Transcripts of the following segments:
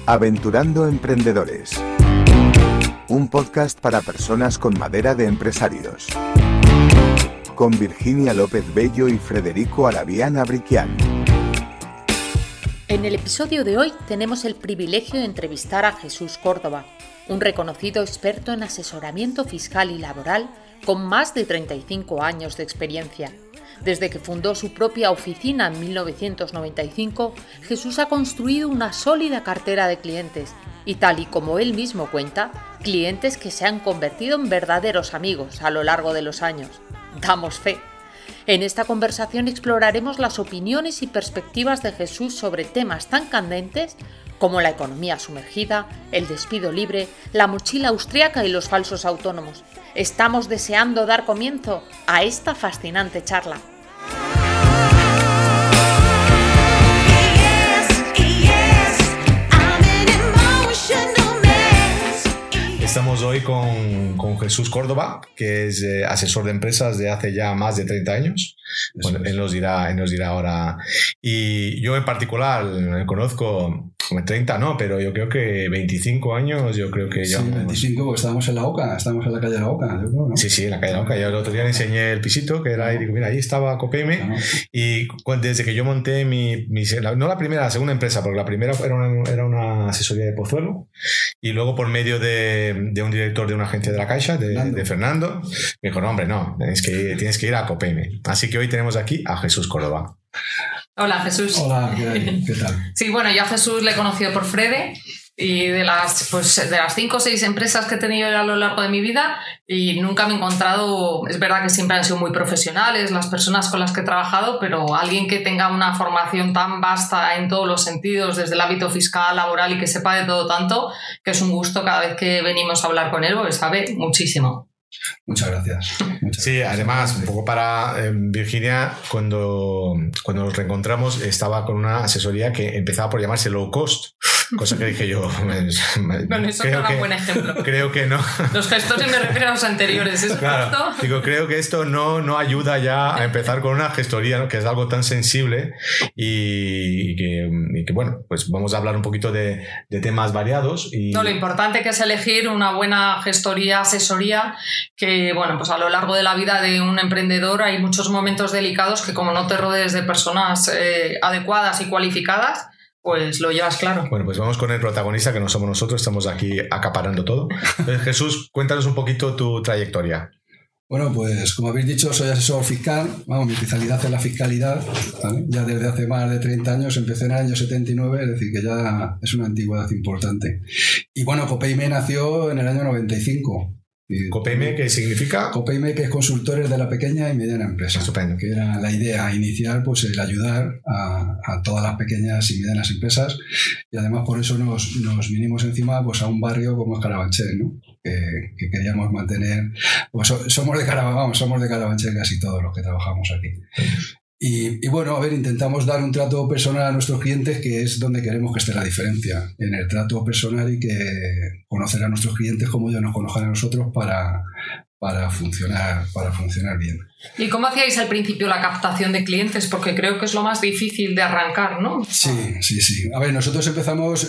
Aventurando Emprendedores. Un podcast para personas con madera de empresarios. Con Virginia López Bello y Frederico Arabián Briquián. En el episodio de hoy tenemos el privilegio de entrevistar a Jesús Córdoba, un reconocido experto en asesoramiento fiscal y laboral con más de 35 años de experiencia. Desde que fundó su propia oficina en 1995, Jesús ha construido una sólida cartera de clientes y, tal y como él mismo cuenta, clientes que se han convertido en verdaderos amigos a lo largo de los años. Damos fe. En esta conversación exploraremos las opiniones y perspectivas de Jesús sobre temas tan candentes como la economía sumergida, el despido libre, la mochila austríaca y los falsos autónomos. Estamos deseando dar comienzo a esta fascinante charla. Estamos hoy con Jesús Córdoba, que es asesor de empresas de hace ya más de 30 años. Bueno, él nos dirá ahora. Y yo en particular me conozco, como 30 no, pero yo creo que 25 años, yo creo que ya. Sí, 25, porque estábamos en la OCA, estábamos en la calle de la OCA, yo creo, ¿no? Sí, en la calle de la OCA. Yo el otro día le enseñé el pisito, que era ahí, digo, mira, ahí estaba Copeme. Claro. Y desde que yo monté no la primera, la segunda empresa, porque la primera era una asesoría de Pozuelo, y luego por medio de un director de una agencia de la Caixa, de Fernando, me dijo, no, hombre, no, tienes que ir a Copeme. Así que hoy tenemos aquí a Jesús Córdoba. Hola, Jesús. Hola, ¿qué tal? Sí, bueno, yo a Jesús le he conocido por Frede y de las 5 o 6 empresas que he tenido a lo largo de mi vida, y nunca me he encontrado, es verdad que siempre han sido muy profesionales las personas con las que he trabajado, pero alguien que tenga una formación tan vasta en todos los sentidos, desde el ámbito fiscal, laboral, y que sepa de todo tanto, que es un gusto cada vez que venimos a hablar con él, porque sabe muchísimo. Muchas gracias. Sí, además, un poco para Virginia, cuando nos reencontramos, estaba con una asesoría que empezaba por llamarse low cost, cosa que dije yo. Bueno, eso no era un buen ejemplo. Creo que no. Los gestores me refiero a los anteriores, ¿es claro, correcto? Digo, creo que esto no ayuda ya a empezar con una gestoría, ¿no? Que es algo tan sensible y que, bueno, pues vamos a hablar un poquito de temas variados. No, lo importante que es elegir una buena gestoría, asesoría, que bueno, pues a lo largo de la vida de un emprendedor hay muchos momentos delicados que, como no te rodees de personas adecuadas y cualificadas, pues lo llevas claro. Bueno, pues vamos con el protagonista, que no somos nosotros, estamos aquí acaparando todo. Entonces, Jesús, cuéntanos un poquito tu trayectoria. Bueno, pues como habéis dicho, soy asesor fiscal. Vamos, mi especialidad es la fiscalidad, ¿vale? Ya desde hace más de 30 años, empecé en el año 79, es decir, que ya es una antigüedad importante. Y bueno, Copeme nació en el año 95. ¿Copeme qué significa? Copeme, que es consultores de la pequeña y mediana empresa. Estupendo. Que era la idea inicial, pues el ayudar a todas las pequeñas y medianas empresas, y además por eso nos vinimos encima, pues a un barrio como es Carabanchel, ¿no? Que queríamos mantener, pues somos de Carabanchel casi todos los que trabajamos aquí. Y bueno, a ver, intentamos dar un trato personal a nuestros clientes, que es donde queremos que esté la diferencia, en el trato personal, y que conocer a nuestros clientes como ellos nos conozcan a nosotros para funcionar bien. ¿Y cómo hacíais al principio la captación de clientes? Porque creo que es lo más difícil de arrancar, ¿no? Sí. A ver, nosotros empezamos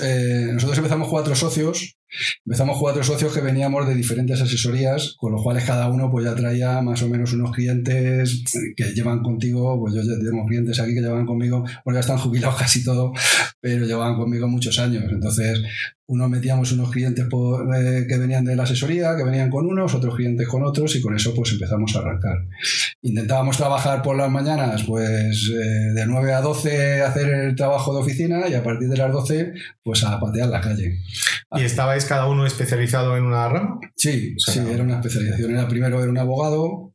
4 socios. Empezamos 4 socios que veníamos de diferentes asesorías, con los cuales cada uno pues ya traía más o menos unos clientes que llevan contigo. Pues yo ya tengo clientes aquí que llevan conmigo, bueno, ya están jubilados casi todos, pero llevaban conmigo muchos años. Entonces, metíamos unos clientes que venían de la asesoría, que venían con unos, otros clientes con otros, y con eso pues empezamos a arrancar. Intentábamos trabajar por las mañanas, pues de 9 a 12 hacer el trabajo de oficina, y a partir de las 12 pues a patear la calle. ¿Y estabais cada uno especializado en una rama? Sí, era una especialización. Primero era un abogado,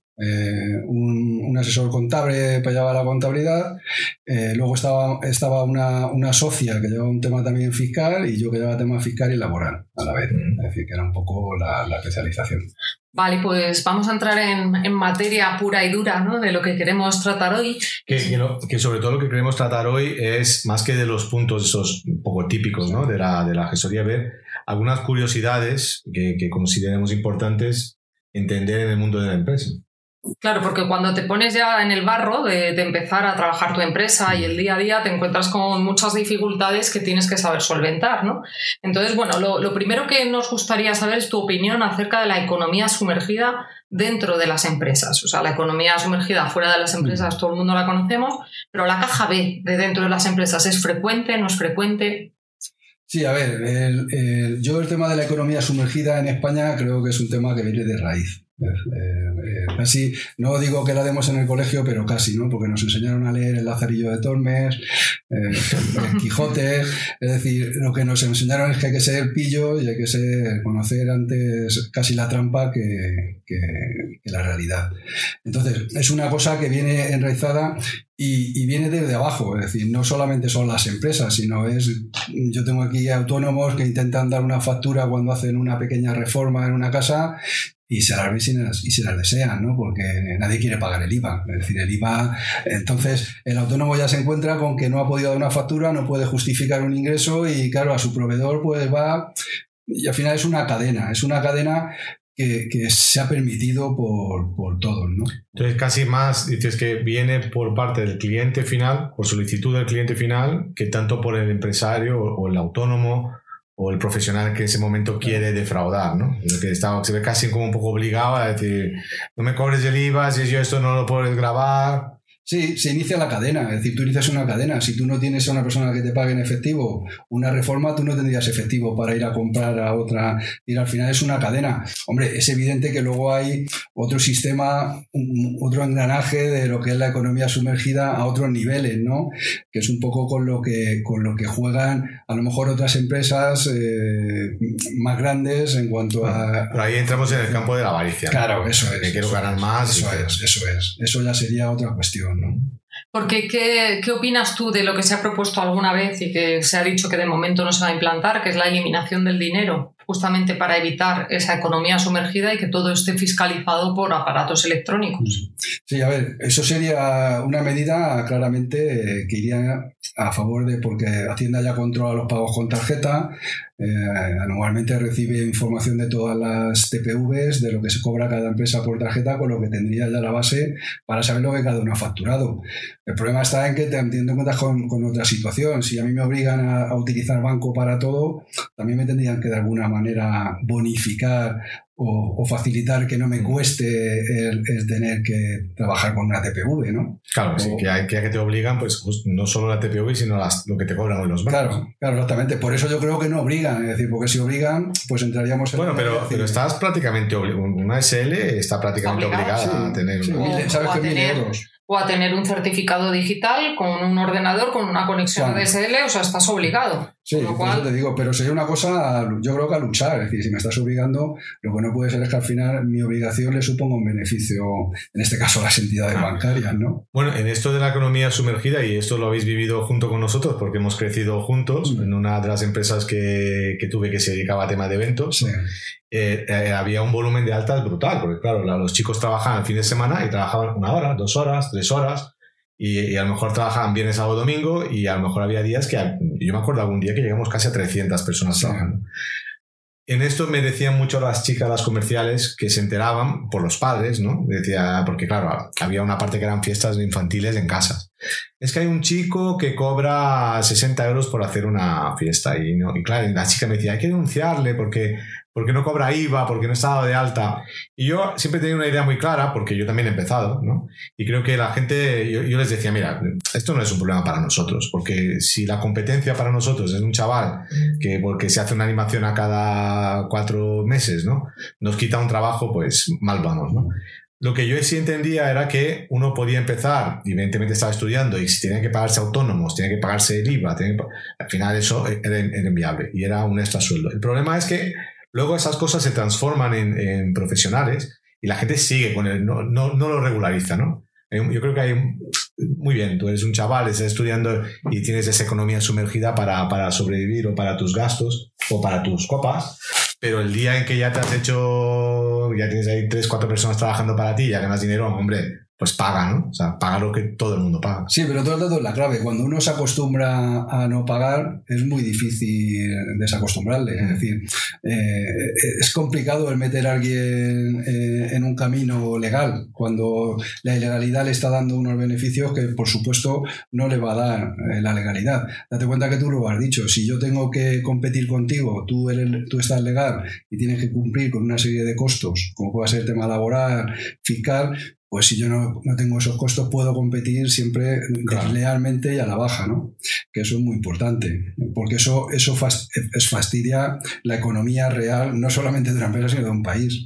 un asesor contable para llevar la contabilidad, luego estaba una socia que llevaba un tema también fiscal, y yo que llevaba tema fiscal y laboral a la vez. Es decir, que era un poco la especialización. Vale, pues vamos a entrar en materia pura y dura, ¿no? De lo que queremos tratar hoy. Que sobre todo lo que queremos tratar hoy es, más que de los puntos esos un poco típicos, ¿no? de la gestoría, ver algunas curiosidades que consideremos importantes entender en el mundo de la empresa. Claro, porque cuando te pones ya en el barro de empezar a trabajar tu empresa y el día a día te encuentras con muchas dificultades que tienes que saber solventar, ¿no? Entonces, bueno, lo primero que nos gustaría saber es tu opinión acerca de la economía sumergida dentro de las empresas. O sea, la economía sumergida fuera de las empresas todo el mundo la conocemos, pero la caja B de dentro de las empresas, ¿es frecuente, no es frecuente? Sí, a ver, yo el tema de la economía sumergida en España creo que es un tema que viene de raíz. Casi, no digo que la demos en el colegio, pero casi, ¿no? Porque nos enseñaron a leer El Lazarillo de Tormes, el Quijote, es decir, lo que nos enseñaron es que hay que ser pillo y hay que conocer antes casi la trampa que la realidad. Entonces, es una cosa que viene enraizada y viene desde abajo, es decir, no solamente son las empresas, sino yo tengo aquí autónomos que intentan dar una factura cuando hacen una pequeña reforma en una casa y se las ven y se las desean, ¿no? Porque nadie quiere pagar el IVA. Es decir, el IVA... Entonces, el autónomo ya se encuentra con que no ha podido dar una factura, no puede justificar un ingreso y, claro, a su proveedor pues va... Y al final es una cadena que se ha permitido por todos, ¿no? Entonces, casi más dices que viene por parte del cliente final, por solicitud del cliente final, que tanto por el empresario o el autónomo o el profesional que en ese momento quiere defraudar, ¿no? Que se ve casi como un poco obligado a decir, no me cobres el IVA, si yo esto no lo puedes grabar. Sí, se inicia la cadena, es decir, tú inicias una cadena. Si tú no tienes a una persona que te pague en efectivo una reforma, tú no tendrías efectivo para ir a comprar a otra. Y al final es una cadena. Hombre, es evidente que luego hay otro sistema, otro engranaje de lo que es la economía sumergida a otros niveles, ¿no? Que es un poco con lo que juegan a lo mejor otras empresas más grandes en cuanto a... Pero ahí entramos en el campo de la avaricia. Claro, ¿no? eso es. Que quiero ganar más. Eso es. Eso ya sería otra cuestión, ¿no? Porque, ¿qué opinas tú de lo que se ha propuesto alguna vez y que se ha dicho que de momento no se va a implantar, que es la eliminación del dinero, justamente para evitar esa economía sumergida y que todo esté fiscalizado por aparatos electrónicos? Sí, a ver, eso sería una medida claramente que iría a favor porque Hacienda ya controla los pagos con tarjeta, anualmente recibe información de todas las TPVs, de lo que se cobra cada empresa por tarjeta, con lo que tendría ya la base para saber lo que cada uno ha facturado. El problema está en que te encuentras con otra situación. Si a mí me obligan a utilizar banco para todo, también me tendrían que de alguna manera bonificar o facilitar que no me cueste el tener que trabajar con una TPV, ¿no? Claro, sí, que te obligan, pues no solo la TPV, sino lo que te cobran hoy los bancos. Claro, exactamente. Por eso yo creo que no obligan, es decir, porque si obligan, pues entraríamos en... Bueno, pero estás prácticamente obligado. Una SL está prácticamente obligada a tener... Sí, ¿sabes qué? 1.000 euros. O a tener un certificado digital con un ordenador, con una conexión DSL, o sea, estás obligado. Sí, por eso te digo, pero sería una cosa, yo creo que a luchar, es decir, si me estás obligando, lo que no puede ser es que al final mi obligación le suponga un beneficio, en este caso a las entidades bancarias, ¿no? Bueno, en esto de la economía sumergida, y esto lo habéis vivido junto con nosotros, porque hemos crecido juntos en una de las empresas que tuve que se dedicaba a tema de eventos, sí. Había un volumen de altas brutal, porque claro, los chicos trabajaban el fin de semana y trabajaban 1 hora, 2 horas, 3 horas, y a lo mejor trabajaban viernes, sábado, domingo, y a lo mejor había días que, yo me acuerdo algún día que llegamos casi a 300 personas trabajando. En esto me decían mucho las chicas, las comerciales, que se enteraban por los padres, ¿no? Porque claro, había una parte que eran fiestas infantiles en casas. Es que hay un chico que cobra 60 euros por hacer una fiesta, y claro, la chica me decía, hay que denunciarle porque no cobra IVA, porque no está dado de alta. Y yo siempre he tenido una idea muy clara, porque yo también he empezado, ¿no? Y creo que la gente, yo les decía, mira, esto no es un problema para nosotros, porque si la competencia para nosotros es un chaval que porque se hace una animación a cada 4 meses, ¿no? Nos quita un trabajo, pues mal vamos, ¿no? Lo que yo sí entendía era que uno podía empezar, y evidentemente estaba estudiando, y si tenía que pagarse autónomos, tenía que pagarse el IVA, al final eso era inviable y era un extra sueldo. El problema es que luego esas cosas se transforman en profesionales y la gente sigue con él, no lo regulariza, ¿no? Yo creo que hay... Muy bien, tú eres un chaval, estás estudiando y tienes esa economía sumergida para sobrevivir o para tus gastos o para tus copas, pero el día en que ya te has hecho, ya tienes ahí 3-4 personas trabajando para ti, ya ganas dinero, hombre, pues paga, ¿no? O sea, paga lo que todo el mundo paga. Sí, pero todo el dato es la clave. Cuando uno se acostumbra a no pagar, es muy difícil desacostumbrarle. Es decir, es complicado el meter a alguien en un camino legal cuando la ilegalidad le está dando unos beneficios que, por supuesto, no le va a dar la legalidad. Date cuenta que tú lo has dicho. Si yo tengo que competir contigo, tú estás legal y tienes que cumplir con una serie de costos, como puede ser tema laboral, fiscal, pues si yo no tengo esos costos, puedo competir siempre deslealmente y a la baja, ¿no? Que eso es muy importante, porque eso fastidia la economía real, no solamente de una empresa, sino de un país.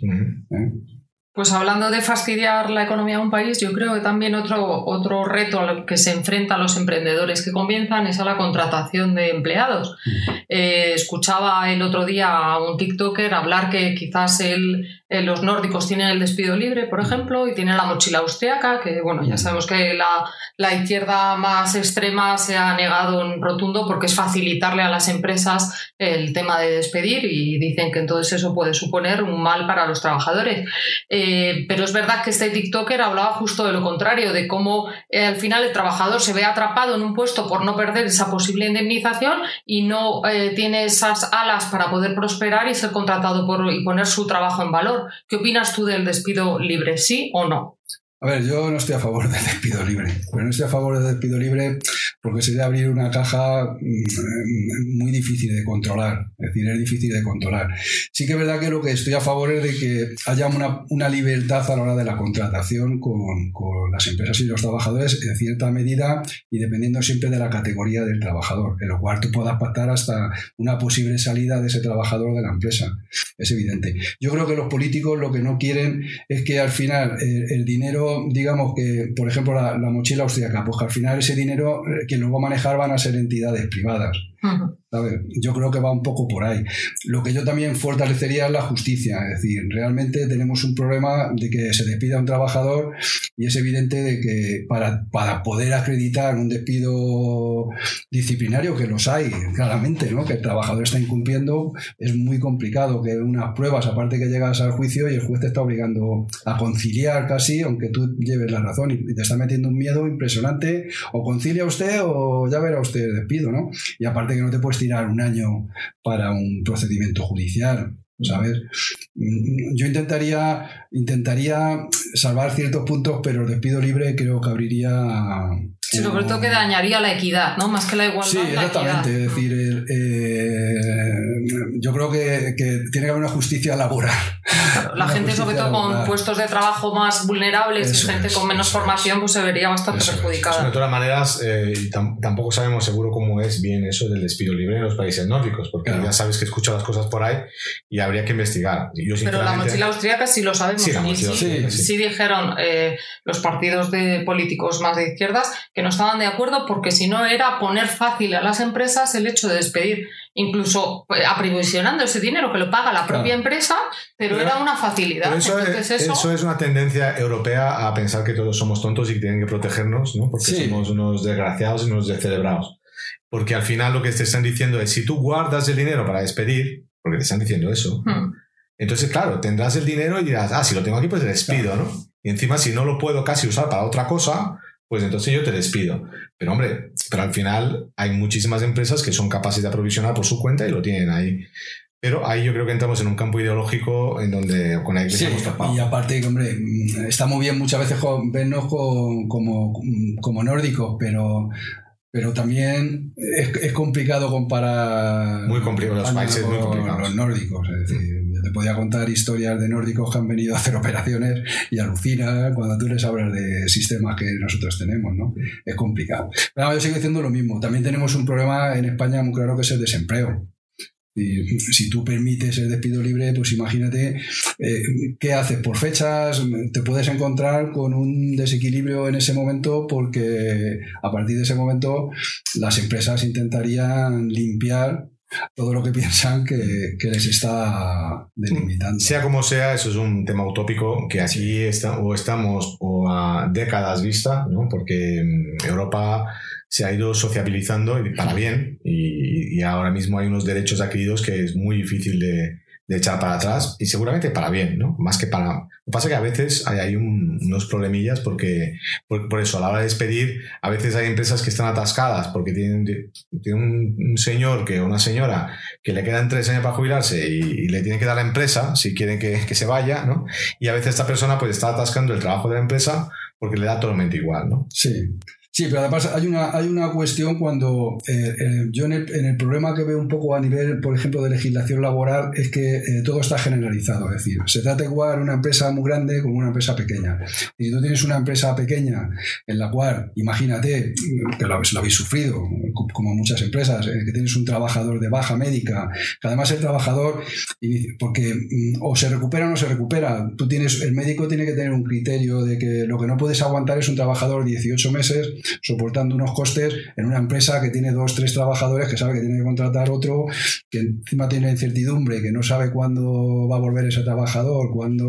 Pues hablando de fastidiar la economía de un país, yo creo que también otro reto al que se enfrentan los emprendedores que comienzan es a la contratación de empleados. Escuchaba el otro día a un TikToker hablar que quizás los nórdicos tienen el despido libre, por ejemplo, y tienen la mochila austriaca, que bueno, ya sabemos que la izquierda más extrema se ha negado en rotundo porque es facilitarle a las empresas el tema de despedir y dicen que entonces eso puede suponer un mal para los trabajadores. Pero es verdad que este TikToker hablaba justo de lo contrario, de cómo al final el trabajador se ve atrapado en un puesto por no perder esa posible indemnización y no tiene esas alas para poder prosperar y ser contratado y poner su trabajo en valor. ¿Qué opinas tú del despido libre, sí o no? A ver, yo no estoy a favor del despido libre, pero no estoy a favor del despido libre porque sería abrir una caja muy difícil de controlar, es decir, es difícil de controlar. Sí que es verdad que lo que estoy a favor es de que haya una libertad a la hora de la contratación con las empresas y los trabajadores en cierta medida y dependiendo siempre de la categoría del trabajador, en lo cual tú puedas pactar hasta una posible salida de ese trabajador de la empresa. Es evidente. Yo creo que los políticos lo que no quieren es que al final el dinero, digamos que, por ejemplo, la mochila austríaca, pues que al final ese dinero quien lo va a manejar van a ser entidades privadas. ¿Sabes? Yo creo que va un poco por ahí. Lo que yo también fortalecería es la justicia, es decir, realmente tenemos un problema de que se despida a un trabajador y es evidente de que para poder acreditar un despido disciplinario, que los hay claramente, ¿no? Que el trabajador está incumpliendo, es muy complicado, que unas pruebas, aparte que llegas al juicio y el juez te está obligando a conciliar casi, aunque tú lleves la razón y te está metiendo un miedo impresionante, o concilia usted o ya verá usted el despido, ¿no? Y aparte que no te puedes tirar un año para un procedimiento judicial, ¿sabes? Yo intentaría salvar ciertos puntos, pero el despido libre creo que abriría... Sí, sobre todo que dañaría la equidad, ¿no? Más que la igualdad. Sí, exactamente. Es decir, yo creo que tiene que haber una justicia laboral. Claro, la gente, sobre todo con puestos de trabajo más vulnerables y gente con menos formación, pues se vería bastante perjudicada. De todas maneras, tampoco sabemos seguro cómo es bien eso del despido libre en los países nórdicos, porque ya sabes que escucho las cosas por ahí y habría que investigar. Pero la mochila austríaca sí lo sabemos. Sí dijeron los partidos de políticos más de izquierdas que no estaban de acuerdo porque si no era poner fácil a las empresas el hecho de despedir, incluso aprovisionando ese dinero que lo paga la propia empresa, pero era una facilidad. Eso es una tendencia europea a pensar que todos somos tontos y que tienen que protegernos, ¿no? Porque somos unos desgraciados y unos descerebrados. Porque al final lo que te están diciendo es, si tú guardas el dinero para despedir, porque te están diciendo eso, entonces claro, tendrás el dinero y dirás, si lo tengo aquí pues te despido, ¿no? Y encima si no lo puedo casi usar para otra cosa, pues entonces yo te despido. Pero hombre, al final hay muchísimas empresas que son capaces de aprovisionar por su cuenta y lo tienen ahí. Pero ahí yo creo que entramos en un campo ideológico en donde con la iglesia hemos tapado. Y aparte, hombre, está muy bien muchas veces vernos como nórdicos, pero también es complicado comparar muy complicado, los países muy complicados. Los nórdicos. Es decir, yo te podía contar historias de nórdicos que han venido a hacer operaciones y alucina cuando tú les hablas de sistemas que nosotros tenemos, ¿no? Es complicado. Pero yo sigo diciendo lo mismo. También tenemos un problema en España muy claro que es el desempleo. Y si tú permites el despido libre, pues imagínate qué haces por fechas, te puedes encontrar con un desequilibrio en ese momento porque a partir de ese momento las empresas intentarían limpiar todo lo que piensan que les está delimitando. Sea como sea, eso es un tema utópico que aquí estamos a décadas vista, ¿no? Porque Europa se ha ido sociabilizando para bien y ahora mismo hay unos derechos adquiridos que es muy difícil echar para atrás, y seguramente para bien, ¿no? Más que para... Lo que pasa es que a veces hay unos problemillas porque por eso, a la hora de despedir, a veces hay empresas que están atascadas porque tienen un señor o una señora que le quedan 3 años para jubilarse y le tienen que dar la empresa si quieren que se vaya, ¿no? Y a veces esta persona pues está atascando el trabajo de la empresa porque le da totalmente igual, ¿no? Sí, pero además hay una cuestión cuando yo en el problema que veo un poco a nivel, por ejemplo, de legislación laboral es que todo está generalizado. Es decir, se trata igual una empresa muy grande como una empresa pequeña. Y si tú tienes una empresa pequeña en la cual, imagínate, que lo habéis sufrido, como muchas empresas, que tienes un trabajador de baja médica, que además el trabajador, porque o se recupera o no se recupera, el médico tiene que tener un criterio de que lo que no puedes aguantar es un trabajador 18 meses soportando unos costes en una empresa que tiene 2-3 trabajadores, que sabe que tiene que contratar otro, que encima tiene incertidumbre, que no sabe cuándo va a volver ese trabajador, cuándo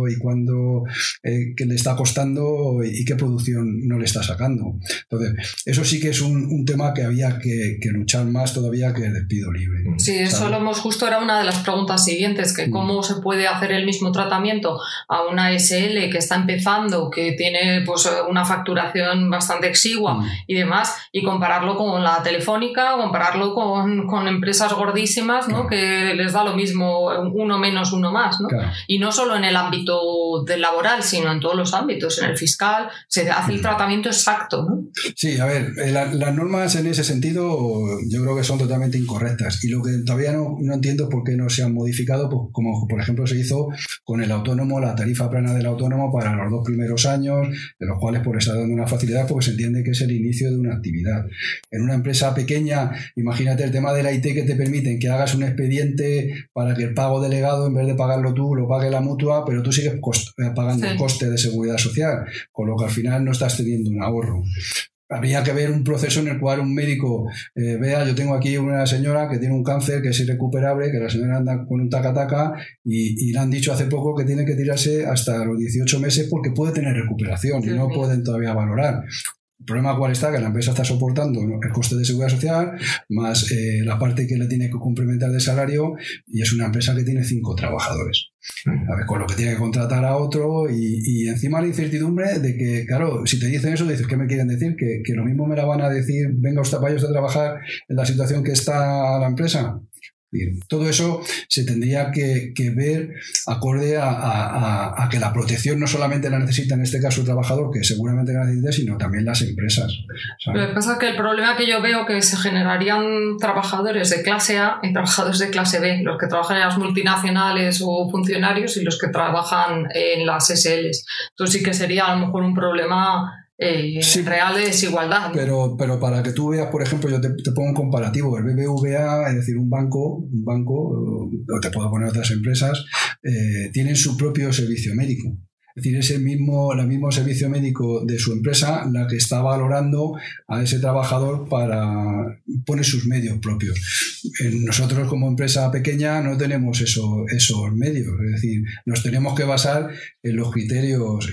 qué le está costando y qué producción no le está sacando. Entonces, eso sí que es un tema que había que luchar más todavía que el despido libre. Sí, eso justo era una de las preguntas siguientes, que cómo se puede hacer el mismo tratamiento a una SL que está empezando, que tiene pues una facturación bastante exigua y demás, y compararlo con la Telefónica, compararlo con empresas gordísimas, ¿no? Que les da lo mismo, uno menos, uno más, ¿no? Y no solo en el ámbito del laboral, sino en todos los ámbitos, en el fiscal, se hace el tratamiento exacto, ¿no? Sí, a ver, las normas en ese sentido yo creo que son totalmente incorrectas, y lo que todavía no entiendo es por qué no se han modificado, pues, como por ejemplo se hizo con el autónomo, la tarifa plana del autónomo para los 2 primeros años, de los cuales por está dando una facilidad porque se entiende que es el inicio de una actividad. En una empresa pequeña, imagínate el tema de la IT, que te permiten que hagas un expediente para que el pago delegado, en vez de pagarlo tú, lo pague la mutua, pero tú sigues pagando el coste de seguridad social, con lo que al final no estás teniendo un ahorro. Habría que ver un proceso en el cual un médico vea, yo tengo aquí una señora que tiene un cáncer que es irrecuperable, que la señora anda con un taca-taca y le han dicho hace poco que tiene que tirarse hasta los 18 meses porque puede tener recuperación y no pueden todavía valorar. El problema cuál está, que la empresa está soportando el coste de seguridad social más la parte que le tiene que complementar de salario, y es una empresa que tiene 5 trabajadores. A ver, con lo que tiene que contratar a otro y encima la incertidumbre de que, claro, si te dicen eso, dices, ¿qué me quieren decir? Que lo mismo me la van a decir, venga usted para a trabajar en la situación que está la empresa. Todo eso se tendría que ver acorde a que la protección no solamente la necesita en este caso el trabajador, que seguramente la necesita, sino también las empresas, ¿sabes? Lo que pasa es que el problema que yo veo que se generarían trabajadores de clase A y trabajadores de clase B, los que trabajan en las multinacionales o funcionarios y los que trabajan en las SLs. Entonces sí que sería a lo mejor un problema real de desigualdad, ¿no? Pero para que tú veas, por ejemplo, yo te pongo un comparativo. El BBVA, es decir, un banco, o te puedo poner otras empresas, tienen su propio servicio médico. Es decir, es el mismo servicio médico de su empresa la que está valorando a ese trabajador para poner sus medios propios. Nosotros como empresa pequeña no tenemos esos medios, es decir, nos tenemos que basar en los criterios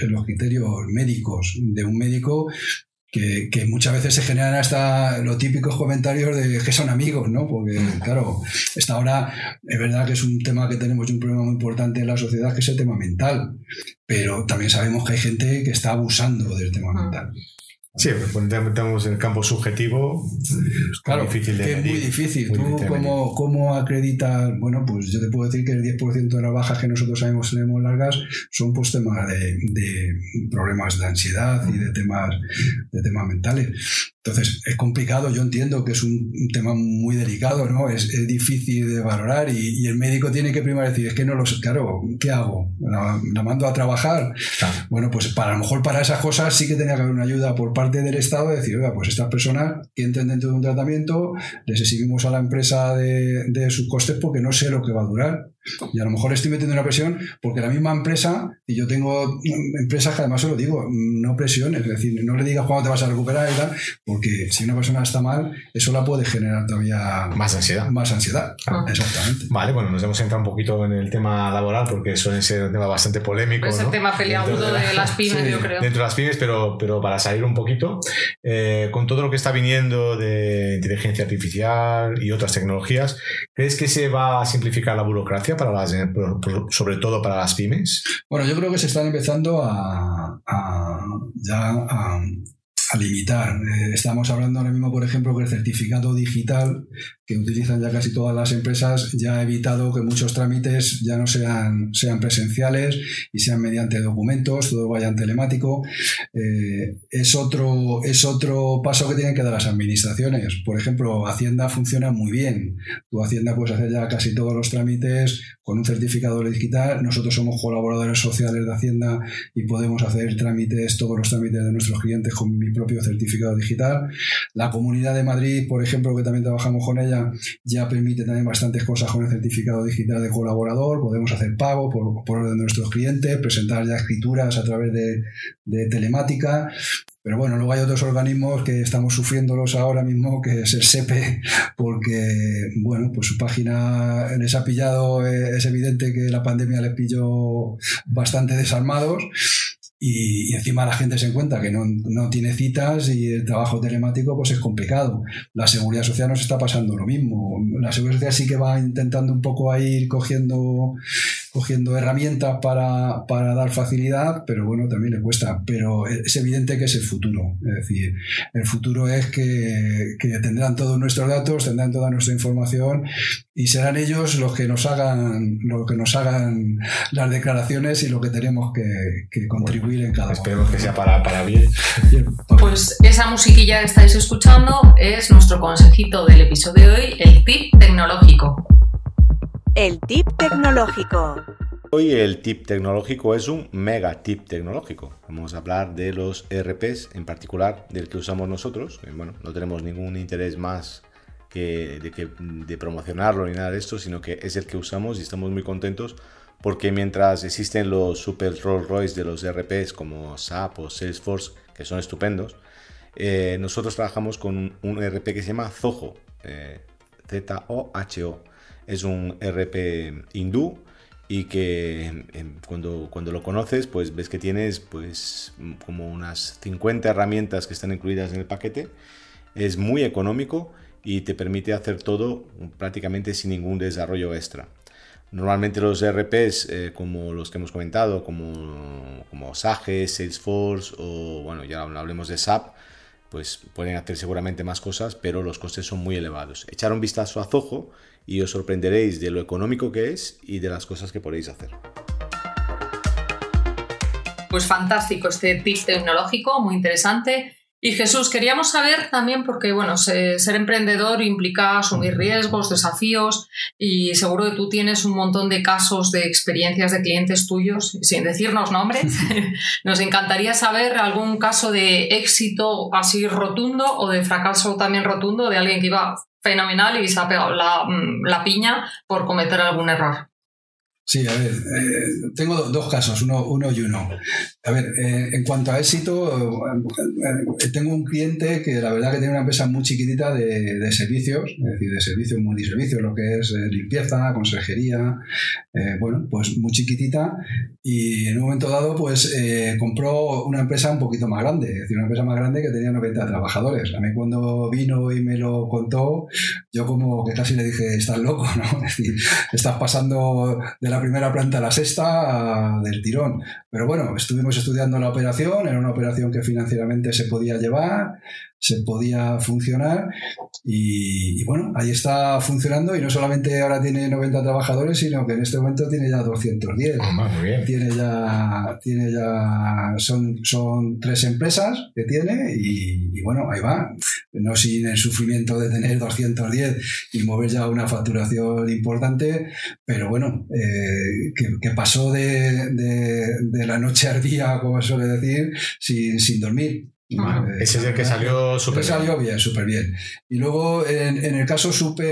médicos de un médico que muchas veces se generan hasta los típicos comentarios de que son amigos, ¿no? Porque, claro, esta ahora es verdad que es un tema que tenemos y un problema muy importante en la sociedad, que es el tema mental, pero también sabemos que hay gente que está abusando del tema mental. Sí, pues estamos en el campo subjetivo, claro, difícil de que es muy difícil. Tú, ¿cómo acreditas? Bueno, pues yo te puedo decir que el 10% de las bajas que nosotros tenemos largas son pues temas de problemas de ansiedad y de temas mentales. Entonces, es complicado, yo entiendo que es un tema muy delicado, ¿no? Es difícil de valorar y el médico tiene que primero decir, es que no lo sé, claro, ¿qué hago? ¿La mando a trabajar? Claro. Bueno, pues a lo mejor para esas cosas sí que tenía que haber una ayuda por parte del Estado de decir, oiga, pues estas personas que entren dentro de un tratamiento, les exhibimos a la empresa de sus costes porque no sé lo que va a durar. Y a lo mejor estoy metiendo una presión porque la misma empresa, y yo tengo empresas que además se lo digo, no presiones, es decir, no le digas cuándo te vas a recuperar y tal, porque si una persona está mal, eso la puede generar todavía más ansiedad. Exactamente. Vale, bueno, nos hemos centrado un poquito en el tema laboral porque suele ser un tema bastante polémico. Es el tema peliagudo de las pymes, yo creo. Dentro de las pymes, pero para salir un poquito, con todo lo que está viniendo de inteligencia artificial y otras tecnologías, ¿crees que se va a simplificar la burocracia tecnología sobre todo para las pymes? Bueno, yo creo que se están empezando a limitar. Estamos hablando ahora mismo, por ejemplo, que el certificado digital que utilizan ya casi todas las empresas ya ha evitado que muchos trámites ya no sean presenciales y sean mediante documentos, todo vaya en telemático. Es otro paso que tienen que dar las administraciones. Por ejemplo, Hacienda funciona muy bien. Tú, Hacienda, puedes hacer ya casi todos los trámites con un certificado digital. Nosotros somos colaboradores sociales de Hacienda y podemos hacer todos los trámites de nuestros clientes con mi propio certificado digital. La Comunidad de Madrid, por ejemplo, que también trabajamos con ella, ya permite también bastantes cosas con el certificado digital de colaborador. Podemos hacer pago por orden de nuestros clientes, presentar ya escrituras a través de telemática. Pero bueno, luego hay otros organismos que estamos sufriéndolos ahora mismo, que es el SEPE, porque bueno, pues su página les ha pillado, es evidente que la pandemia les pilló bastante desarmados. Y encima la gente se encuentra que no tiene citas y el trabajo telemático pues es complicado. La Seguridad Social nos está pasando lo mismo. La Seguridad Social sí que va intentando un poco a ir cogiendo herramientas para dar facilidad, pero bueno, también le cuesta. Pero es evidente que es el futuro. Es decir, el futuro es que tendrán todos nuestros datos, tendrán toda nuestra información y serán ellos los que nos hagan las declaraciones y lo que tenemos que contribuir en cada uno. Esperemos que sea para bien. Pues esa musiquilla que estáis escuchando es nuestro consejito del episodio de hoy, el tip tecnológico. El tip tecnológico. Hoy el tip tecnológico es un mega tip tecnológico. Vamos a hablar de los ERPs, en particular del que usamos nosotros. Bueno, no tenemos ningún interés más de promocionarlo ni nada de esto, sino que es el que usamos y estamos muy contentos porque mientras existen los super Rolls Royce de los ERPs como SAP o Salesforce, que son estupendos, nosotros trabajamos con un ERP que se llama Zoho, Z-O-H-O. Es un ERP hindú y que cuando lo conoces pues ves que tienes pues como unas 50 herramientas que están incluidas en el paquete. Es muy económico y te permite hacer todo prácticamente sin ningún desarrollo extra. Normalmente los ERPs como los que hemos comentado, como Sage, Salesforce o bueno, ya hablemos de SAP, pues pueden hacer seguramente más cosas, pero los costes son muy elevados. Echar un vistazo a Zoho y os sorprenderéis de lo económico que es y de las cosas que podéis hacer. Pues fantástico este tip tecnológico, muy interesante. Y Jesús, queríamos saber también, porque bueno, ser emprendedor implica asumir riesgos, desafíos, y seguro que tú tienes un montón de casos de experiencias de clientes tuyos, sin decirnos nombres. Nos encantaría saber algún caso de éxito así rotundo o de fracaso también rotundo de alguien que iba fenomenal y se ha pegado la piña por cometer algún error. Sí, a ver, tengo dos casos, uno y uno. A ver, en cuanto a éxito, tengo un cliente que la verdad que tiene una empresa muy chiquitita de servicios, es decir, de servicios, multiservicios, lo que es limpieza, conserjería, bueno, pues muy chiquitita, y en un momento dado pues compró una empresa un poquito más grande, es decir, una empresa más grande que tenía 90 trabajadores. A mí cuando vino y me lo contó, yo como que casi le dije, estás loco, ¿no? Es decir, estás pasando de la primera planta a la sexta del tirón. Pero bueno, estuvimos estudiando la operación, era una operación que financieramente se podía llevar, se podía funcionar y bueno, ahí está funcionando y no solamente ahora tiene 90 trabajadores, sino que en este momento tiene ya 210. Muy bien. Tiene ya son 3 empresas que tiene y bueno, ahí va. No sin el sufrimiento de tener 210 y mover ya una facturación importante, pero bueno, que pasó de la noche al día, como se suele decir, sin dormir. Ese es el que salió súper bien. Salió bien, súper bien. Y luego, en el caso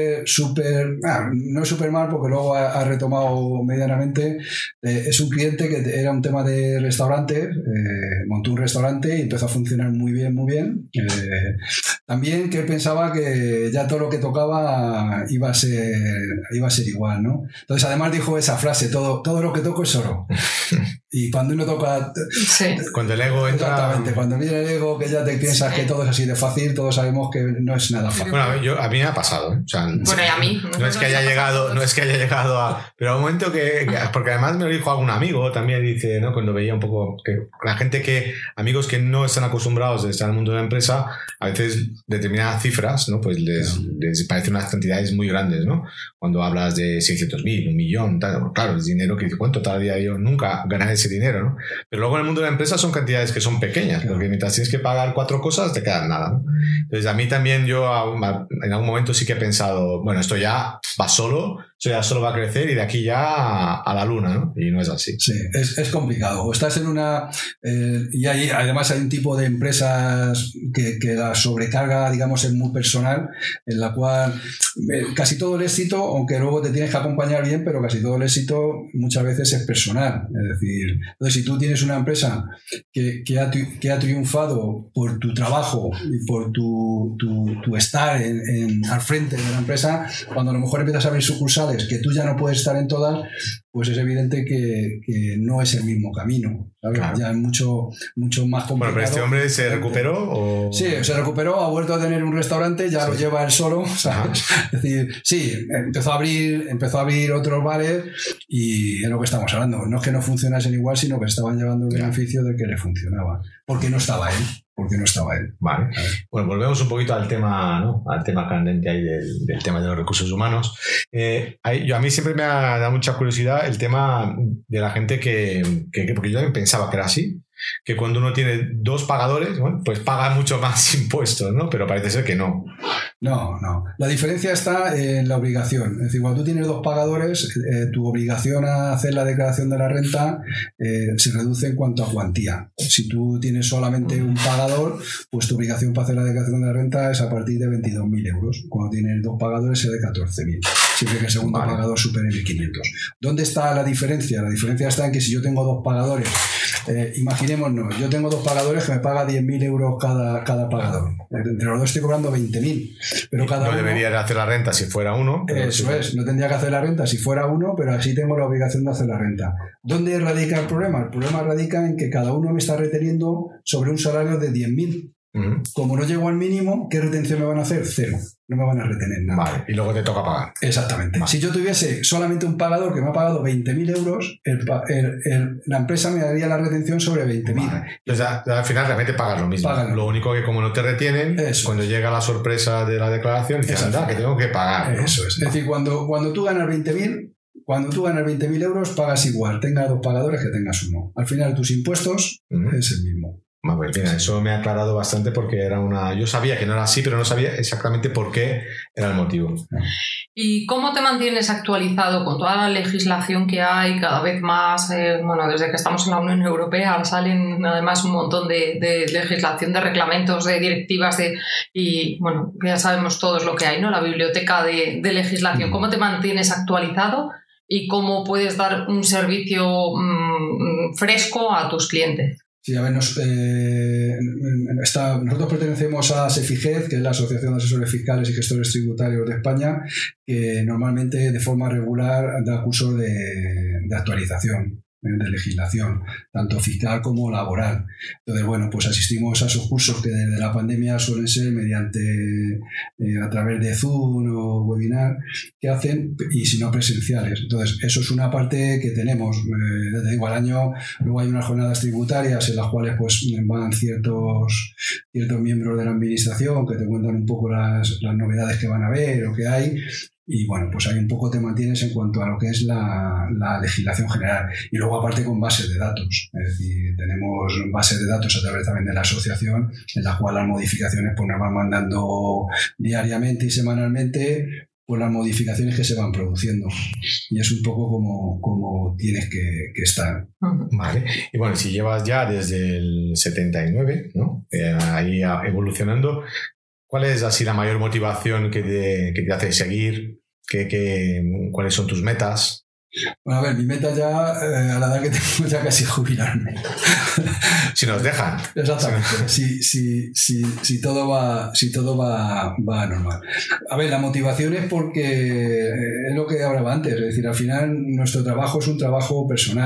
no súper mal, porque luego ha retomado medianamente, es un cliente que era un tema de restaurante, montó un restaurante y empezó a funcionar muy bien, muy bien. También que él pensaba que ya todo lo que tocaba iba a ser igual, ¿no? Entonces, además dijo esa frase, todo lo que toco es oro. Y cuando uno toca... Sí. Cuando el ego entra... Exactamente, cuando viene el ego luego que ya te piensas que todo es así de fácil, todos sabemos que no es nada fácil. Bueno, a mí me ha pasado, ¿eh? O sea, bueno, y a mí. No es que haya llegado a... Pero a un momento porque además me lo dijo algún amigo, también dice, ¿no? Cuando veía un poco que la gente amigos que no están acostumbrados a estar en el mundo de la empresa, a veces determinadas cifras, ¿no? Pues les parecen unas cantidades muy grandes, ¿no? Cuando hablas de 600.000, 1 millón, tal, claro, es dinero que ¿cuánto tardaría yo? Nunca ganar ese dinero, ¿no? Pero luego en el mundo de la empresa son cantidades que son pequeñas, porque mientras tienes que pagar 4 cosas te quedan nada, ¿no? Entonces a mí también en algún momento sí que he pensado, bueno, esto ya va solo, esto ya solo va a crecer y de aquí ya a la luna, ¿no? Y no es así. Sí, es complicado. O estás en una... y además hay un tipo de empresas que la sobrecarga, digamos, es muy personal, en la cual casi todo el éxito, aunque luego te tienes que acompañar bien, pero casi todo el éxito muchas veces es personal. Es decir, entonces si tú tienes una empresa que ha triunfado por tu trabajo y por tu estar al frente de la empresa, cuando a lo mejor empiezas a abrir sucursales que tú ya no puedes estar en todas, pues es evidente que no es el mismo camino, ¿sabes? Claro. Ya es mucho más complicado. Bueno, pero este hombre se recuperó ¿o? Sí, se recuperó, ha vuelto a tener un restaurante, ya lo lleva él solo, ¿sabes? Es decir, sí, empezó a abrir otros bares y es lo que estamos hablando. No es que no funcionasen igual, sino que estaban llevando el beneficio de que le funcionaba. Porque no estaba él. Vale. Bueno, volvemos un poquito al tema, ¿no? Al tema candente ahí del tema de los recursos humanos. A mí siempre me ha dado mucha curiosidad el tema de la gente que porque yo también pensaba que era así, que cuando uno tiene 2 pagadores, bueno, pues paga mucho más impuestos, ¿no? Pero parece ser que no. No. La diferencia está en la obligación. Es decir, cuando tú tienes 2 pagadores, tu obligación a hacer la declaración de la renta se reduce en cuanto a cuantía. Si tú tienes solamente un pagador, pues tu obligación para hacer la declaración de la renta es a partir de 22.000 euros. Cuando tienes 2 pagadores es de 14.000. Siempre que el segundo pagador supere 1.500. ¿Dónde está la diferencia? La diferencia está en que si yo tengo 2 pagadores, imaginémonos, yo tengo 2 pagadores que me paga 10.000 euros cada pagador. Entre los dos estoy cobrando 20.000. Pero cada no uno debería de hacer la renta si fuera uno. Eso es, no tendría que hacer la renta si fuera uno, pero así tengo la obligación de hacer la renta. ¿Dónde radica el problema? El problema radica en que cada uno me está reteniendo sobre un salario de 10.000. Como no llego al mínimo, ¿qué retención me van a hacer? 0. No me van a retener nada. Vale, y luego te toca pagar. Exactamente. Vale. Si yo tuviese solamente un pagador que me ha pagado 20.000 euros, la empresa me daría la retención sobre 20.000. Vale. Entonces, al final realmente pagas lo mismo. Lo único que como no te retienen, cuando llega la sorpresa de la declaración, dices, anda, que tengo que pagar, ¿no? Eso es. Es decir, cuando tú ganas 20.000 euros, pagas igual, tengas 2 pagadores que tengas uno. Al final, tus impuestos es el mismo. Pues mira, eso me ha aclarado bastante porque yo sabía que no era así, pero no sabía exactamente por qué era el motivo. ¿Y cómo te mantienes actualizado con toda la legislación que hay cada vez más? Desde que estamos en la Unión Europea salen además un montón de legislación, de reglamentos, de directivas, y bueno, ya sabemos todos lo que hay, ¿no? La biblioteca de legislación. ¿Cómo te mantienes actualizado y cómo puedes dar un servicio fresco a tus clientes? Sí, a ver, nosotros pertenecemos a SEFIGED, que es la Asociación de Asesores Fiscales y Gestores Tributarios de España, que normalmente de forma regular da cursos de actualización de legislación, tanto fiscal como laboral. Entonces, bueno, pues asistimos a esos cursos que desde la pandemia suelen ser mediante a través de Zoom o webinar que hacen, y si no presenciales. Entonces, eso es una parte que tenemos. Desde igual año, luego hay unas jornadas tributarias en las cuales pues van ciertos miembros de la administración que te cuentan un poco las novedades que van a haber o que hay. Y bueno, pues ahí un poco te mantienes en cuanto a lo que es la legislación general. Y luego aparte con bases de datos. Es decir, tenemos bases de datos a través también de la asociación, en la cual las modificaciones pues nos van mandando diariamente y semanalmente pues las modificaciones que se van produciendo. Y es un poco como tienes que estar. Vale. Y bueno, si llevas ya desde el 79, ¿no? Ahí evolucionando, ¿cuál es así la mayor motivación que te hace seguir? ¿Cuáles son tus metas? Bueno, a ver, mi meta ya, a la edad que tengo, ya casi jubilarme. Si nos dejan. Exactamente. Si todo va normal. A ver, la motivación es porque es lo que hablaba antes. Es decir, al final nuestro trabajo es un trabajo personal.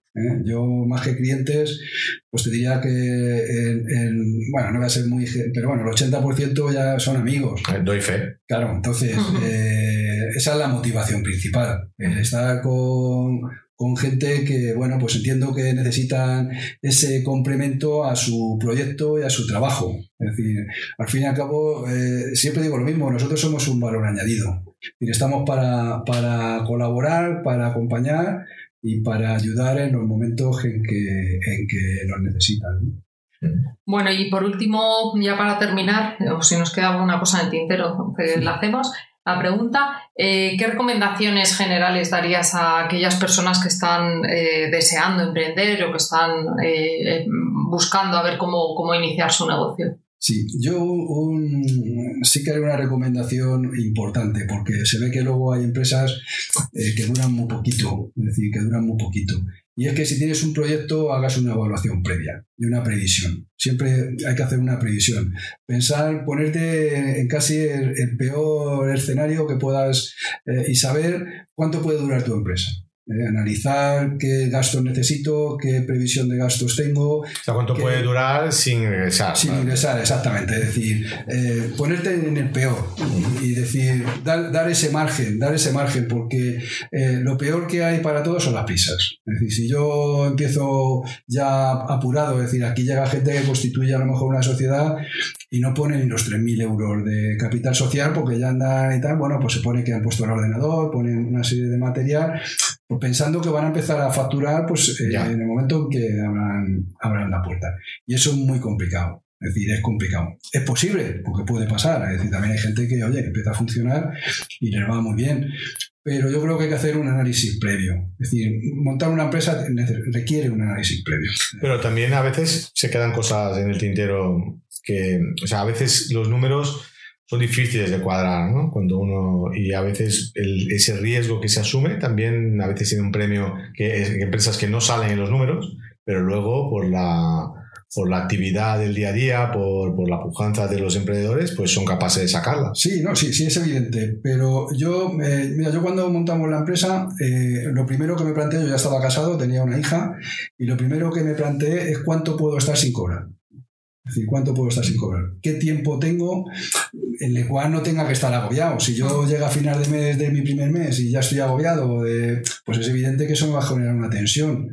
Yo, más que clientes, pues te diría que bueno, no voy a ser muy... Pero bueno, el 80% ya son amigos. Doy fe. Claro, entonces, esa es la motivación principal. Estar con gente que, bueno, pues entiendo que necesitan ese complemento a su proyecto y a su trabajo. Es decir, al fin y al cabo, siempre digo lo mismo, nosotros somos un valor añadido. Es decir, estamos para colaborar, para acompañar y para ayudar en los momentos en que nos necesitan, ¿no? Bueno, y por último, ya para terminar, o si nos queda alguna cosa en el tintero, que la hacemos, la pregunta, ¿qué recomendaciones generales darías a aquellas personas que están deseando emprender o que están buscando a ver cómo iniciar su negocio? Sí, yo sí que hay una recomendación importante, porque se ve que luego hay empresas que duran muy poquito, es decir, que duran muy poquito. Y es que si tienes un proyecto, hagas una evaluación previa y una previsión. Siempre hay que hacer una previsión. Pensar, ponerte en casi el peor escenario que puedas y saber cuánto puede durar tu empresa. Analizar qué gastos necesito, qué previsión de gastos tengo. O sea, cuánto puede durar sin ingresar. Sin ingresar, exactamente. Es decir, ponerte en el peor y decir, dar ese margen, porque lo peor que hay para todos son las prisas. Es decir, si yo empiezo ya apurado, es decir, aquí llega gente que constituye a lo mejor una sociedad y no pone ni los 3.000 euros de capital social porque ya andan y tal, bueno, pues se pone que han puesto el ordenador, ponen una serie de material, pues pensando que van a empezar a facturar pues en el momento en que abran la puerta. Y eso es muy complicado. Es decir, es complicado. Es posible, porque puede pasar. Es decir, también hay gente que, oye, empieza a funcionar y les va muy bien. Pero yo creo que hay que hacer un análisis previo. Es decir, montar una empresa requiere un análisis previo. Pero también a veces se quedan cosas en el tintero que, o sea, a veces los números son difíciles de cuadrar, ¿no? Y a veces ese riesgo que se asume también a veces tiene un premio que es empresas que no salen en los números, pero luego por la actividad del día a día, por la pujanza de los emprendedores, pues son capaces de sacarla. Sí, es evidente. Pero yo cuando montamos la empresa, lo primero que me planteé, yo ya estaba casado, tenía una hija, y lo primero que me planteé es cuánto puedo estar sin cobrar. Es decir, ¿cuánto puedo estar sin cobrar? ¿Qué tiempo tengo en el cual no tenga que estar agobiado? Si yo llego a final de mes de mi primer mes y ya estoy agobiado, pues es evidente que eso me va a generar una tensión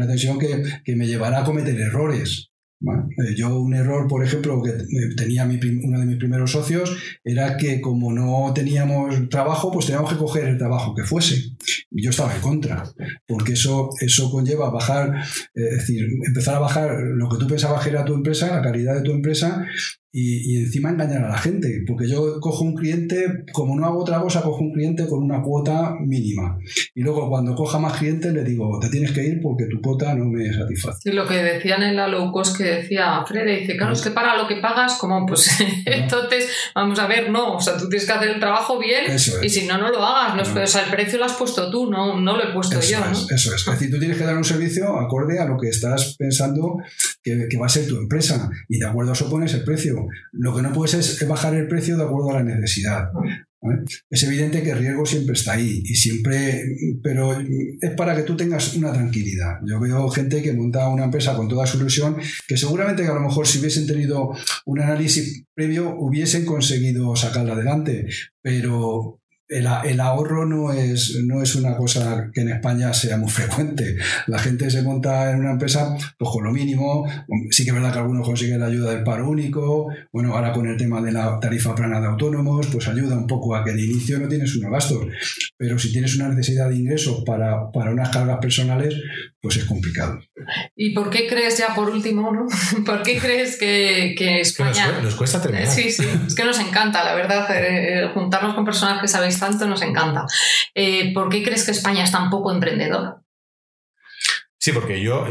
que me llevará a cometer errores. ¿Vale? Yo un error, por ejemplo, que tenía uno de mis primeros socios era que como no teníamos trabajo, pues teníamos que coger el trabajo que fuese. Y yo estaba en contra, porque eso conlleva bajar, es decir, empezar a bajar lo que tú pensabas que era tu empresa, la calidad de tu empresa, y encima engañar a la gente, porque yo cojo un cliente, como no hago otra cosa, cojo un cliente con una cuota mínima. Y luego cuando coja más clientes le digo, te tienes que ir porque tu cuota no me satisface. Sí, lo que decían en la low cost que decía Fred, dice, claro, es que para lo que pagas, como pues entonces, vamos a ver, no, o sea, tú tienes que hacer el trabajo bien y si no lo hagas, o sea, el precio lo has puesto tú, no lo he puesto yo, ¿no? Eso es. Es decir, tú tienes que dar un servicio acorde a lo que estás pensando que va a ser tu empresa y de acuerdo a eso pones el precio. Lo que no puedes es bajar el precio de acuerdo a la necesidad. ¿Vale? Es evidente que el riesgo siempre está ahí y siempre, pero es para que tú tengas una tranquilidad. Yo veo gente que monta una empresa con toda su ilusión, que seguramente que a lo mejor si hubiesen tenido un análisis previo hubiesen conseguido sacarla adelante, pero el ahorro no es una cosa que en España sea muy frecuente. La gente se monta en una empresa pues con lo mínimo. Sí que es verdad que algunos consiguen la ayuda del paro único. Bueno, ahora con el tema de la tarifa plana de autónomos, pues ayuda un poco a que de inicio no tienes unos gastos. Pero si tienes una necesidad de ingresos para unas cargas personales, pues es complicado. ¿Y por qué crees, ya por último, ¿no? ¿Por qué crees que España... Nos cuesta terminar. Sí, es que nos encanta, la verdad, juntarnos con personas que sabéis tanto nos encanta. ¿Por qué crees que España es tan poco emprendedora? Sí, porque yo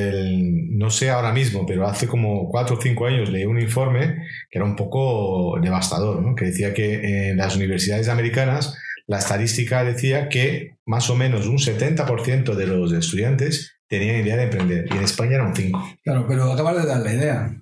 no sé ahora mismo, pero hace como 4 o 5 años leí un informe que era un poco devastador, ¿no? Que decía que en las universidades americanas la estadística decía que más o menos un 70% de los estudiantes tenían idea de emprender y en España era un 5%. Claro, pero acabas de dar la idea.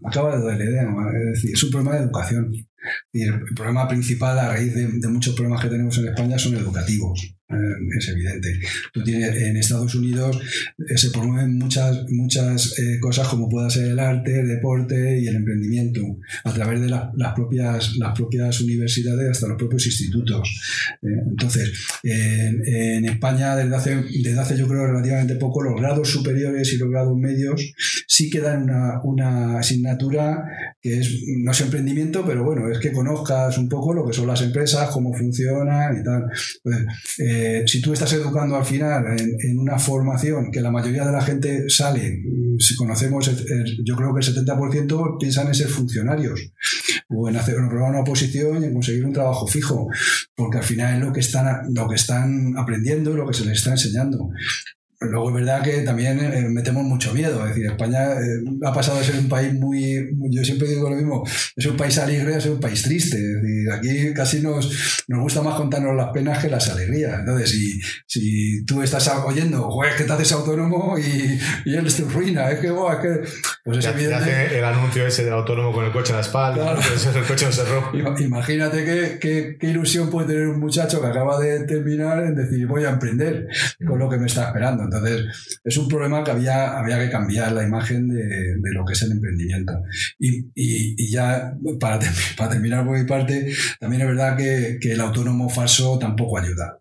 Es decir, es un problema de educación. Y el problema principal a raíz de muchos problemas que tenemos en España son educativos. Es evidente. Tú tienes, en Estados Unidos se promueven muchas cosas como pueda ser el arte, el deporte y el emprendimiento a través de las propias universidades hasta los propios institutos. Entonces, en España desde hace yo creo relativamente poco los grados superiores y los grados medios sí que dan una asignatura que no es emprendimiento, pero bueno, es que conozcas un poco lo que son las empresas, cómo funcionan y tal. Pues, si tú estás educando al final en una formación que la mayoría de la gente sale, si conocemos, yo creo que el 70% piensan en ser funcionarios o en probar una oposición y en conseguir un trabajo fijo, porque al final es lo que están aprendiendo y lo que se les está enseñando. Luego es verdad que también metemos mucho miedo. Es decir, España ha pasado de ser un país yo siempre digo lo mismo, es un país alegre a ser un país triste. Es decir, aquí casi nos gusta más contarnos las penas que las alegrías. Entonces, si tú estás oyendo, es que te haces autónomo y él es tu ruina, es que pues es evidente. Hace el anuncio ese del autónomo con el coche a la espalda, claro. El coche no se rompe. Imagínate qué ilusión puede tener un muchacho que acaba de terminar en decir, voy a emprender con lo que me está esperando. Entonces, es un problema que había que cambiar la imagen de lo que es el emprendimiento. Y ya, para terminar por mi parte, también es verdad que el autónomo falso tampoco ayuda.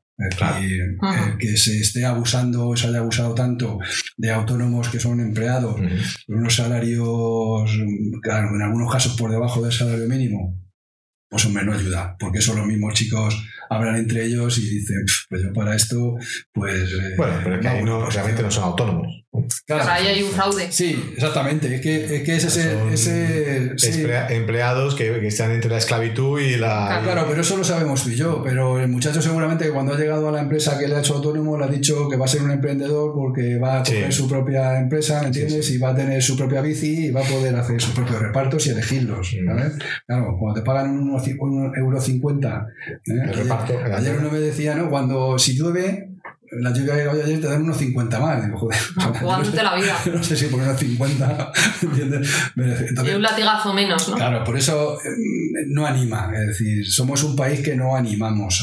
Que se haya abusado tanto de autónomos que son empleados con unos salarios, claro, en algunos casos por debajo del salario mínimo, pues hombre, no ayuda, porque son los mismos chicos hablan entre ellos y dicen, pues yo para esto, pues... Bueno, pero es que ahí realmente no son autónomos. Claro, pues ahí hay un fraude. Sí, exactamente. Es que es ese empleados que están entre la esclavitud y la... Claro, pero eso lo sabemos tú y yo. Pero el muchacho seguramente que cuando ha llegado a la empresa que le ha hecho autónomo le ha dicho que va a ser un emprendedor porque va a coger su propia empresa, ¿me entiendes? Sí. Y va a tener su propia bici y va a poder hacer sus propios repartos y elegirlos, ¿sabes? Claro, cuando te pagan €1.50, ayer uno me decía, ¿no? Si llueve... La lluvia que hoy ayer te dan unos 50 más. Digo, joder. Jugándote la vida. No sé si por unos 50. Entonces, y un latigazo menos, ¿no? Claro, por eso no anima. Es decir, somos un país que no animamos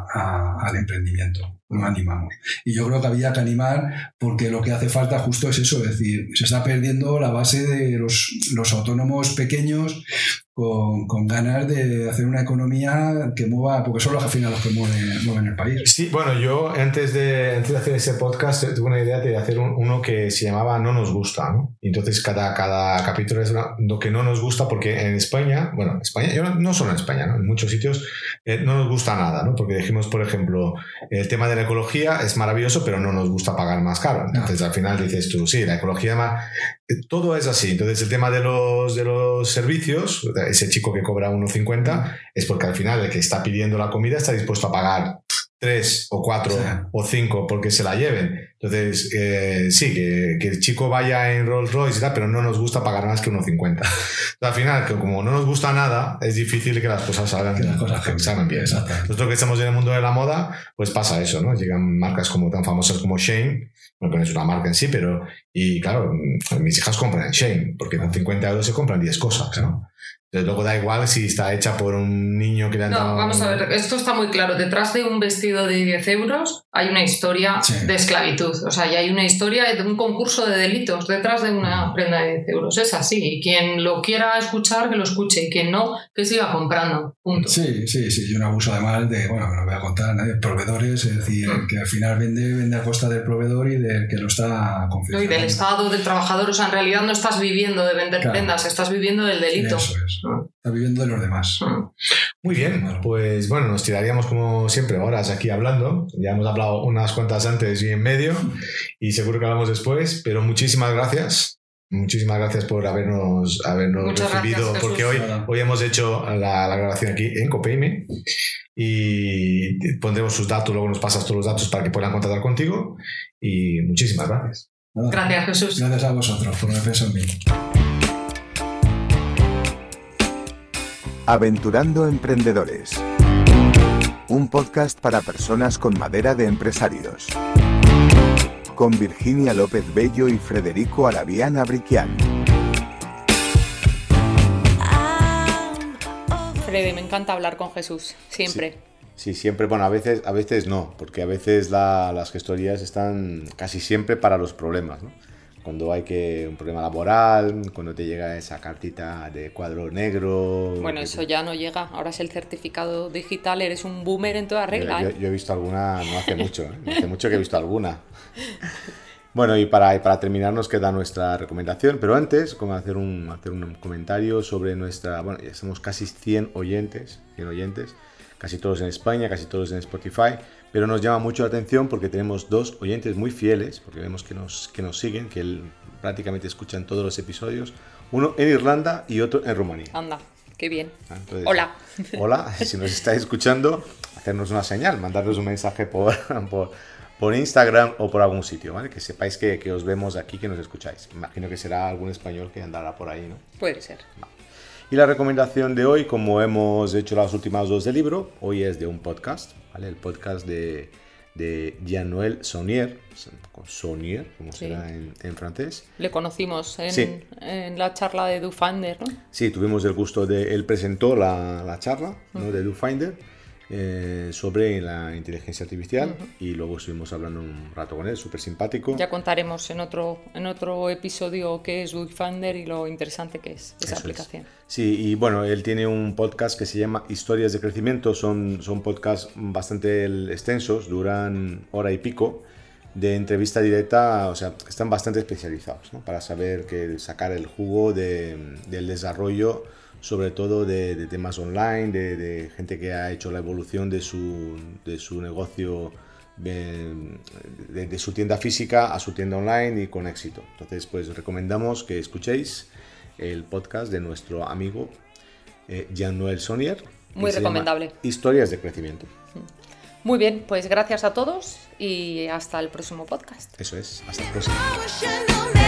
al emprendimiento. No animamos. Y yo creo que había que animar porque lo que hace falta justo es eso. Es decir, se está perdiendo la base de los autónomos pequeños con ganas de hacer una economía que mueva, porque son los al final los que mueven el país. Sí, bueno, yo antes de hacer ese podcast tuve una idea de hacer uno que se llamaba No nos gusta, ¿no? Y entonces cada capítulo es lo que no nos gusta, porque en España, no solo en España, ¿no? En muchos sitios no nos gusta nada, ¿no? Porque dijimos, por ejemplo, el tema de la ecología es maravilloso, pero no nos gusta pagar más caro. Entonces al final dices tú, sí, la ecología todo es así. Entonces el tema de los servicios, ese chico que cobra 1,50 es porque al final el que está pidiendo la comida está dispuesto a pagar 3 o 4 o 5 porque se la lleven. Entonces, sí, que el chico vaya en Rolls Royce y tal, pero no nos gusta pagar más que 1,50. Al final, que como no nos gusta nada, es difícil que las cosas salgan bien. Nosotros que estamos en el mundo de la moda, pues pasa eso, ¿no? Llegan marcas tan famosas como Shein, no es una marca en sí, pero... Y claro, mis hijas compran en Shein, porque con 50 € se compran 10 cosas, ¿no? Entonces luego da igual si está hecha por un niño que le han dado... No, vamos a ver, esto está muy claro. Detrás de un vestido de 10 € hay una historia de esclavitud. O sea, y hay una historia de un concurso de delitos detrás de una prenda de 10 €. Es así. Y quien lo quiera escuchar, que lo escuche. Y quien no, que siga comprando. Punto. Sí. Y un abuso además de, no lo voy a contar a nadie, proveedores. Es decir, que al final vende a costa del proveedor y del que lo está confeccionando. Y del Estado, del trabajador. O sea, en realidad no estás viviendo de vender prendas, estás viviendo del delito. Eso es. Está viviendo de los demás. Muy bien, pues bueno, nos tiraríamos como siempre horas aquí hablando. Ya hemos hablado unas cuantas antes y en medio y seguro que hablamos después, pero muchísimas gracias. Muchísimas gracias por habernos recibido, gracias, porque hoy hemos hecho la grabación aquí en Copeime y pondremos sus datos, luego nos pasas todos los datos para que puedan contactar contigo y muchísimas gracias. Gracias, Jesús. Gracias a vosotros por el peso en mí. Aventurando Emprendedores. Un podcast para personas con madera de empresarios. Con Virginia López Bello y Frederico Arabián Abriquián. Freddy, me encanta hablar con Jesús, siempre. Sí, siempre, bueno, a veces no, porque a veces las gestorías están casi siempre para los problemas, ¿no? Cuando hay un problema laboral, cuando te llega esa cartita de cuadro negro... Bueno, eso ya no llega, ahora es el certificado digital, eres un boomer en toda regla. Yo he visto alguna, no hace mucho, ¿eh? No hace mucho que he visto alguna. Bueno, y para terminar nos queda nuestra recomendación, pero antes, como hacer un comentario sobre nuestra... Bueno, ya somos casi 100 oyentes, casi todos en España, casi todos en Spotify, pero nos llama mucho la atención porque tenemos 2 oyentes muy fieles, porque vemos que nos siguen, que prácticamente escuchan todos los episodios, uno en Irlanda y otro en Rumanía. Anda, qué bien. Entonces, hola. Hola, si nos estáis escuchando, hacernos una señal, mandarnos un mensaje por Instagram o por algún sitio, ¿vale? Que sepáis que os vemos aquí, que nos escucháis. Imagino que será algún español que andará por ahí, ¿no? Puede ser. Vale. Y la recomendación de hoy, como hemos hecho las últimas 2 del libro, hoy es de un podcast, ¿vale? El podcast de Jean-Noël Saunier, como será en francés. Le conocimos en la charla de DoFinder, ¿no? Sí, tuvimos el gusto él presentó la charla, ¿no? De DoFinder sobre la inteligencia artificial y luego estuvimos hablando un rato con él, súper simpático. Ya contaremos en otro episodio qué es DoFinder y lo interesante que es esa aplicación. Sí, y bueno, él tiene un podcast que se llama Historias de Crecimiento, son podcasts bastante extensos, duran hora y pico, de entrevista directa, o sea, están bastante especializados, ¿no? Para saber sacar el jugo del desarrollo, sobre todo de temas online, de gente que ha hecho la evolución de su negocio, de su tienda física a su tienda online y con éxito. Entonces, pues recomendamos que escuchéis el podcast de nuestro amigo Jean-Noël Saunier. Muy recomendable. Historias de Crecimiento. Muy bien, pues gracias a todos y hasta el próximo podcast. Eso es, hasta el próximo.